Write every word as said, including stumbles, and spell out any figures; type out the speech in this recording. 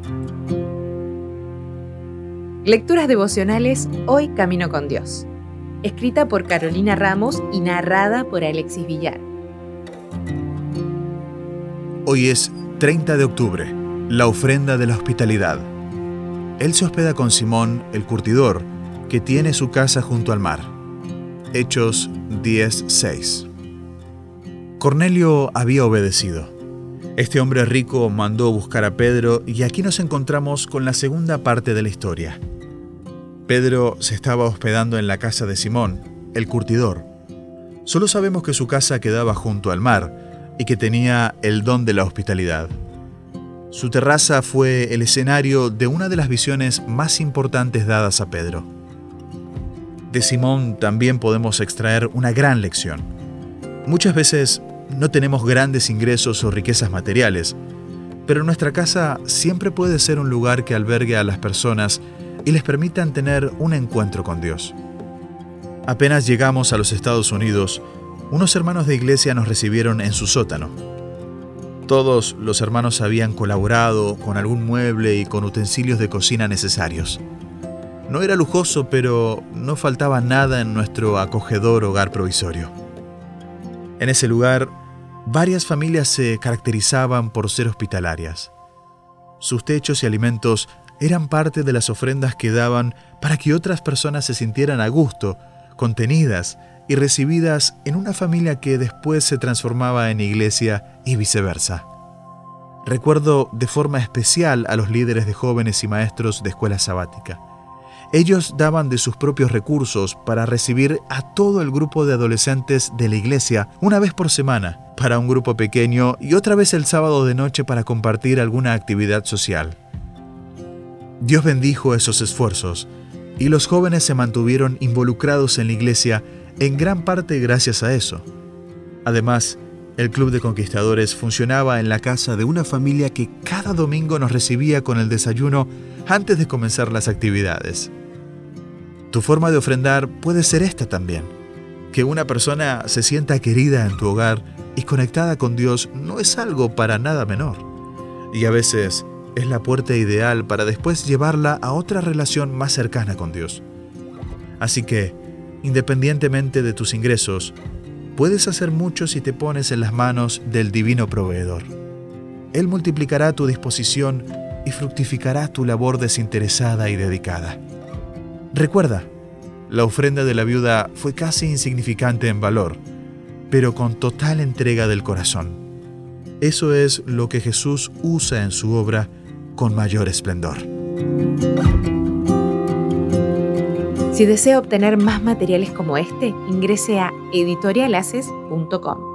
Lecturas devocionales Hoy Camino con Dios. Escrita por Carolina Ramos y narrada por Alexis Villar. Hoy es treinta de octubre, la ofrenda de la hospitalidad. Él se hospeda con Simón, el curtidor, que tiene su casa junto al mar. Hechos diez seis. Cornelio había obedecido. Este hombre rico mandó buscar a Pedro y aquí nos encontramos con la segunda parte de la historia. Pedro se estaba hospedando en la casa de Simón, el curtidor. Solo sabemos que su casa quedaba junto al mar y que tenía el don de la hospitalidad. Su terraza fue el escenario de una de las visiones más importantes dadas a Pedro. De Simón también podemos extraer una gran lección. Muchas veces no tenemos grandes ingresos o riquezas materiales, pero nuestra casa siempre puede ser un lugar que albergue a las personas y les permitan tener un encuentro con Dios. Apenas llegamos a los Estados Unidos, unos hermanos de iglesia nos recibieron en su sótano. Todos los hermanos habían colaborado con algún mueble y con utensilios de cocina necesarios. No era lujoso, pero no faltaba nada en nuestro acogedor hogar provisorio. En ese lugar, varias familias se caracterizaban por ser hospitalarias. Sus techos y alimentos eran parte de las ofrendas que daban para que otras personas se sintieran a gusto, contenidas y recibidas en una familia que después se transformaba en iglesia y viceversa. Recuerdo de forma especial a los líderes de jóvenes y maestros de escuela sabática. Ellos daban de sus propios recursos para recibir a todo el grupo de adolescentes de la iglesia una vez por semana, para un grupo pequeño y otra vez el sábado de noche para compartir alguna actividad social. Dios bendijo esos esfuerzos y los jóvenes se mantuvieron involucrados en la iglesia en gran parte gracias a eso. Además, el Club de Conquistadores funcionaba en la casa de una familia que cada domingo nos recibía con el desayuno antes de comenzar las actividades. Tu forma de ofrendar puede ser esta también. Que una persona se sienta querida en tu hogar y conectada con Dios no es algo para nada menor. Y a veces es la puerta ideal para después llevarla a otra relación más cercana con Dios. Así que, independientemente de tus ingresos, puedes hacer mucho si te pones en las manos del divino proveedor. Él multiplicará tu disposición y fructificará tu labor desinteresada y dedicada. Recuerda, la ofrenda de la viuda fue casi insignificante en valor, pero con total entrega del corazón. Eso es lo que Jesús usa en su obra con mayor esplendor. Si desea obtener más materiales como este, ingrese a editorialaces punto com.